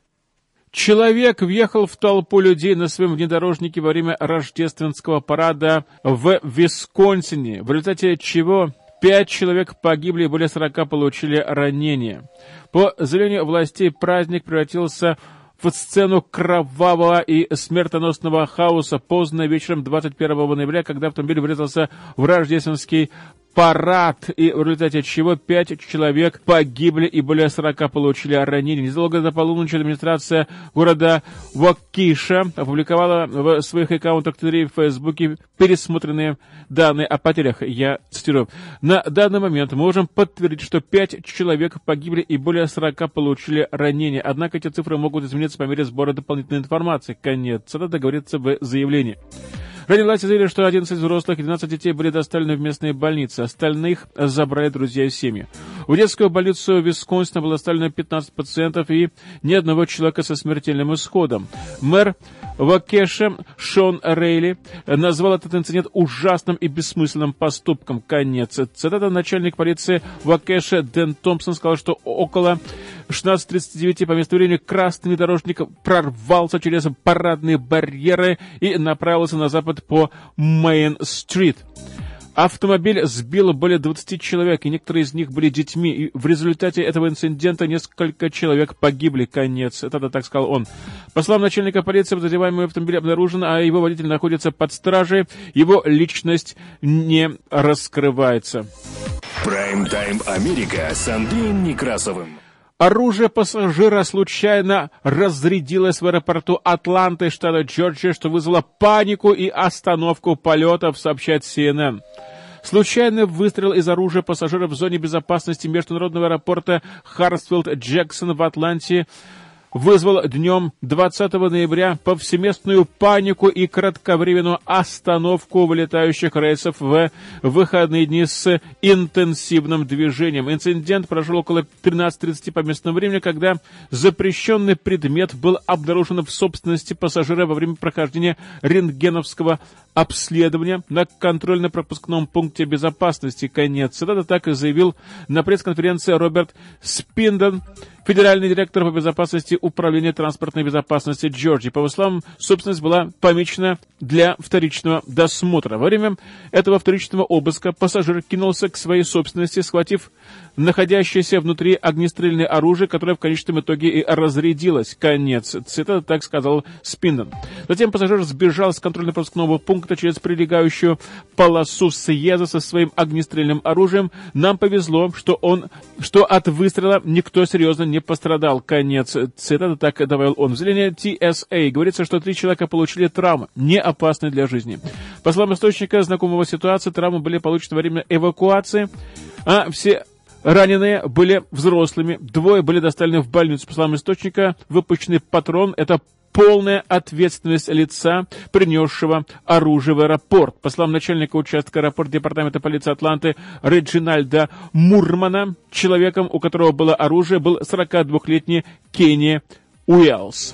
Человек въехал в толпу людей на своем внедорожнике во время рождественского парада в Висконсине, в результате чего пять человек погибли и более сорока получили ранения. По заявлению властей, праздник превратился в сцену кровавого и смертоносного хаоса поздно вечером двадцать первого ноября, когда автомобиль врезался в рождественский парад, и в результате чего пять человек погибли и более сорока получили ранения. Незадолго до полуночи администрация города Уакиша опубликовала в своих аккаунтах Твиттере и Фейсбуке пересмотренные данные о потерях. Я цитирую: «На данный момент мы можем подтвердить, что пять человек погибли и более сорока получили ранения. Однако эти цифры могут измениться по мере сбора дополнительной информации». Конец цитаты, говорится в заявлении. Ранее власти заявили, что одиннадцать взрослых и двенадцать детей были доставлены в местные больницы. Остальных забрали друзья и семьи. В детскую больницу Висконсина было доставлено пятнадцать пациентов и ни одного человека со смертельным исходом. Мэр Уакеша Шон Рейли назвал этот инцидент ужасным и бессмысленным поступком. Конец цитата. Начальник полиции Уакеша Дэн Томпсон сказал, что около шестнадцать тридцать девять по месту времени красный внедорожник прорвался через парадные барьеры и направился на запад по Мейн-стрит. Автомобиль сбил более двадцати человек, и некоторые из них были детьми, и в результате этого инцидента несколько человек погибли. Конец. Это так сказал он. По словам начальника полиции, подозреваемый автомобиль обнаружен, а его водитель находится под стражей. Его личность не раскрывается. Прайм-тайм Америка с Андреем Некрасовым. Оружие пассажира случайно разрядилось в аэропорту Атланты, штата Джорджия, что вызвало панику и остановку полетов, сообщает си эн эн. Случайный выстрел из оружия пассажира в зоне безопасности международного аэропорта Хартсфилд-Джексон в Атланте вызвал днем двадцатого ноября повсеместную панику и кратковременную остановку вылетающих рейсов в выходные дни с интенсивным движением. Инцидент прошел около тринадцати тридцати по местному времени, когда запрещенный предмет был обнаружен в собственности пассажира во время прохождения рентгеновского обследования на контрольно-пропускном пункте безопасности. Конец цитаты. Так и заявил на пресс-конференции Роберт Спинден, федеральный директор по безопасности Управления транспортной безопасности Джорджии. По его словам, собственность была помечена для вторичного досмотра. Во время этого вторичного обыска пассажир кинулся к своей собственности, схватив находящееся внутри огнестрельное оружие, которое в конечном итоге и разрядилось. Конец цитаты, так сказал Спинден. Затем пассажир сбежал с контрольно-пропускного пункта через прилегающую полосу съезда со своим огнестрельным оружием. Нам повезло, что он, что от выстрела никто серьезно не пострадал. Конец цитаты, так добавил он. В заявлении ти эс эй говорится, что три человека получили травмы, не опасные для жизни. По словам источника, знакомого ситуации, травмы были получены во время эвакуации, а все раненые были взрослыми. Двое были доставлены в больницу. По словам источника, выпущенный патрон — это полная ответственность лица, принесшего оружие в аэропорт. По словам начальника участка аэропорта департамента полиции Атланты Реджинальда Мурмана, человеком, у которого было оружие, был сорокадвухлетний Кенни Уэллс.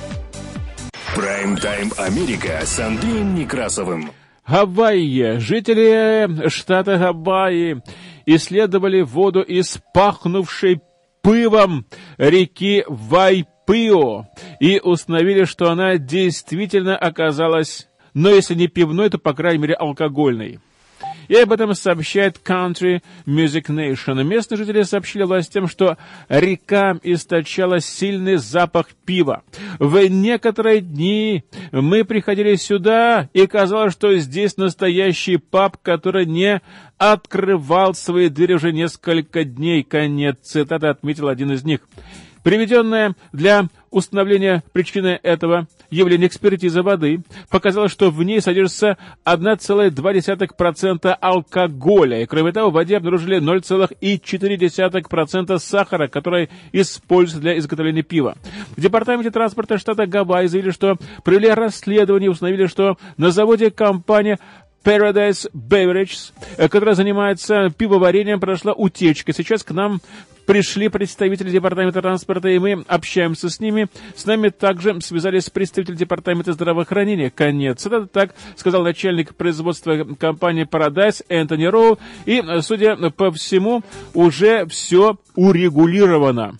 Прайм-тайм Америка с Андреем Некрасовым. Гавайи. Жители штата Гавайи исследовали воду из пахнувшей пывом реки Вайпио и установили, что она действительно оказалась, но если не пивной, то, по крайней мере, алкогольной. И об этом сообщает Country Music Nation. Местные жители сообщили властям, что река источала сильный запах пива. В некоторые дни мы приходили сюда, и казалось, что здесь настоящий паб, который не открывал свои двери уже несколько дней. Конец цитаты, отметил один из них. Приведенная для установления причины этого явления экспертиза воды показала, что в ней содержится одна целая две десятых процента алкоголя. И кроме того, в воде обнаружили ноль целых четыре десятых процента сахара, который используется для изготовления пива. В департаменте транспорта штата Гавайи заявили, что провели расследование и установили, что на заводе компания Paradise Beverages, которая занимается пивоварением, прошла утечка. Сейчас к нам пришли представители департамента транспорта, и мы общаемся с ними. С нами также связались представители департамента здравоохранения. Конец. Это так сказал начальник производства компании Paradise Энтони Роу. И, судя по всему, уже все урегулировано.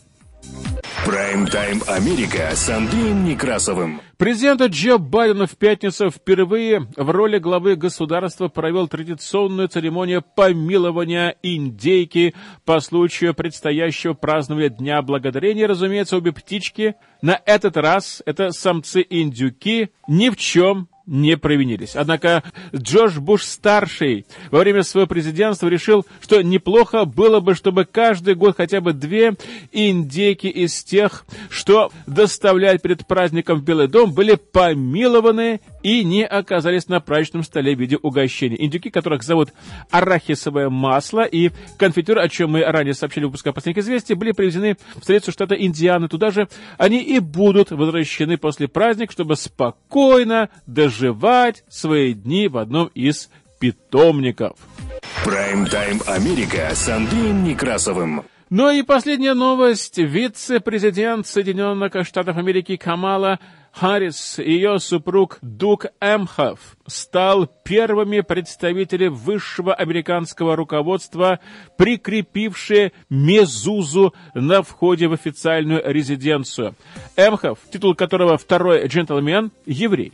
Прайм-тайм Америка с Андреем Некрасовым. Президент Джо Байден в пятницу впервые в роли главы государства провел традиционную церемонию помилования индейки по случаю предстоящего празднования Дня Благодарения. Разумеется, обе птички, на этот раз это самцы-индюки, ни в чем не провинились. Однако Джордж Буш-старший во время своего президентства решил, что неплохо было бы, чтобы каждый год хотя бы две индейки из тех, что доставляют перед праздником в Белый дом, были помилованы и не оказались на праздничном столе в виде угощений. Индюки, которых зовут арахисовое масло и конфитюр, о чем мы ранее сообщили в выпуске «Последних известий», были привезены в столицу штата Индианы. Туда же они и будут возвращены после праздника, чтобы спокойно доживать свои дни в одном из питомников. Прайм-тайм Америка с Андреем Некрасовым. Ну и последняя новость. Вице-президент Соединенных Штатов Америки Камала Харрис и ее супруг Дуг Эмхоф стал первыми представителями высшего американского руководства, прикрепившие мезузу на входе в официальную резиденцию. Эмхоф, титул которого второй джентльмен, еврей.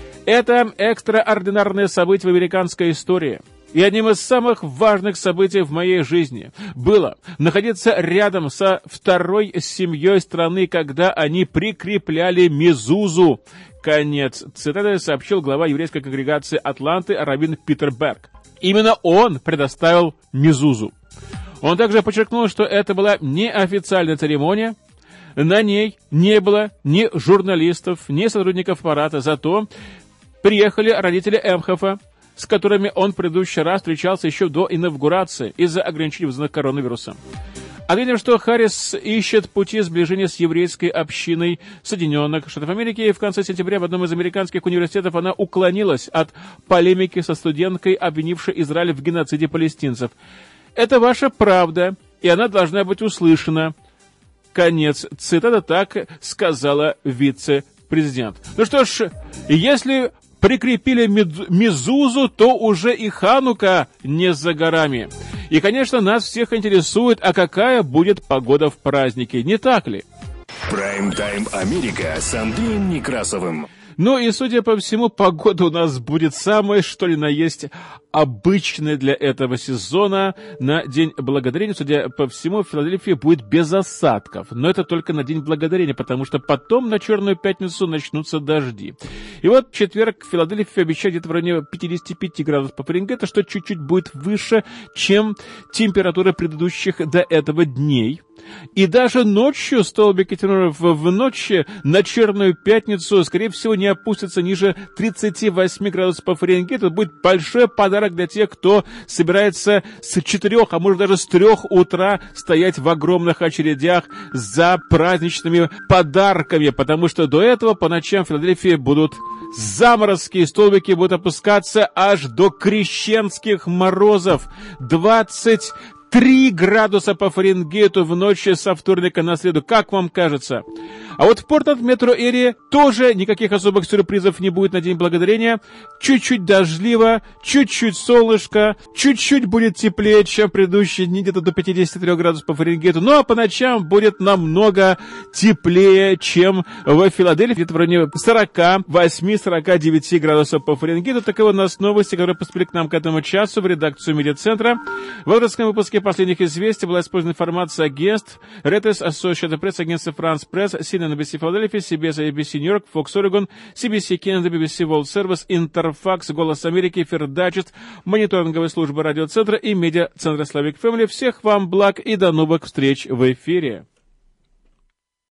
Это экстраординарное событие в американской истории. И одним из самых важных событий в моей жизни было находиться рядом со второй семьей страны, когда они прикрепляли мезузу. Конец цитаты, сообщил глава еврейской конгрегации Атланты раввин Питер Берг. Именно он предоставил мезузу. Он также подчеркнул, что это была неофициальная церемония. На ней не было ни журналистов, ни сотрудников аппарата. Зато приехали родители Эмхофа, с которыми он в предыдущий раз встречался еще до инаугурации из-за ограничений, вызванных коронавирусом. Отметим, что Харрис ищет пути сближения с еврейской общиной Соединенных Штатов Америки, и в конце сентября в одном из американских университетов она уклонилась от полемики со студенткой, обвинившей Израиль в геноциде палестинцев. «Это ваша правда, и она должна быть услышана». Конец цитаты, так сказала вице-президент. Ну что ж, если прикрепили мезузу, то уже и Ханука не за горами. И, конечно, нас всех интересует, а какая будет погода в празднике, не так ли? Прайм-тайм Америка с Андреем Некрасовым. Ну и, судя по всему, погода у нас будет самая, что ли, на есть обычная для этого сезона. На День Благодарения, судя по всему, в Филадельфии будет без осадков. Но это только на День Благодарения, потому что потом на Черную Пятницу начнутся дожди. И вот в четверг в Филадельфии обещают где-то в районе пятидесяти пяти градусов по Фаренгейту, что чуть-чуть будет выше, чем температура предыдущих до этого дней. И даже ночью столбики термометров в ночь на Черную Пятницу, скорее всего, не опустятся ниже тридцати восьми градусов по Фаренгейту. Это будет большой подарок для тех, кто собирается с четырех, а может даже с трех утра стоять в огромных очередях за праздничными подарками, потому что до этого по ночам в Филадельфии будут заморозки, и столбики будут опускаться аж до крещенских морозов. двадцать три градуса по Фаренгейту в ночь со вторника на среду. Как вам кажется? А вот в Портленд-метро-эре тоже никаких особых сюрпризов не будет на День Благодарения. Чуть-чуть дождливо, чуть-чуть солнышко, чуть-чуть будет теплее, чем в предыдущие дни, где-то до пятидесяти трёх градусов по Фаренгейту. Ну а по ночам будет намного теплее, чем в Филадельфии, где-то в районе сорока восьми — сорока девяти градусов по Фаренгейту. Таковы у нас новости, которые поступили к нам к этому часу в редакцию медиацентра. В авторском выпуске последних известий была использована информация агентств Reuters, Associated Press, агентство France Press, си эн эн, эй би си Philadelphia, си би эс, эй би си New York, Fox Oregon, си би си Canada, би би си World Service, Интерфакс, Голос Америки, Fair Digest, мониторинговая служба радиоцентра и медиацентра Slavic Family. Всех вам благ и до новых встреч в эфире.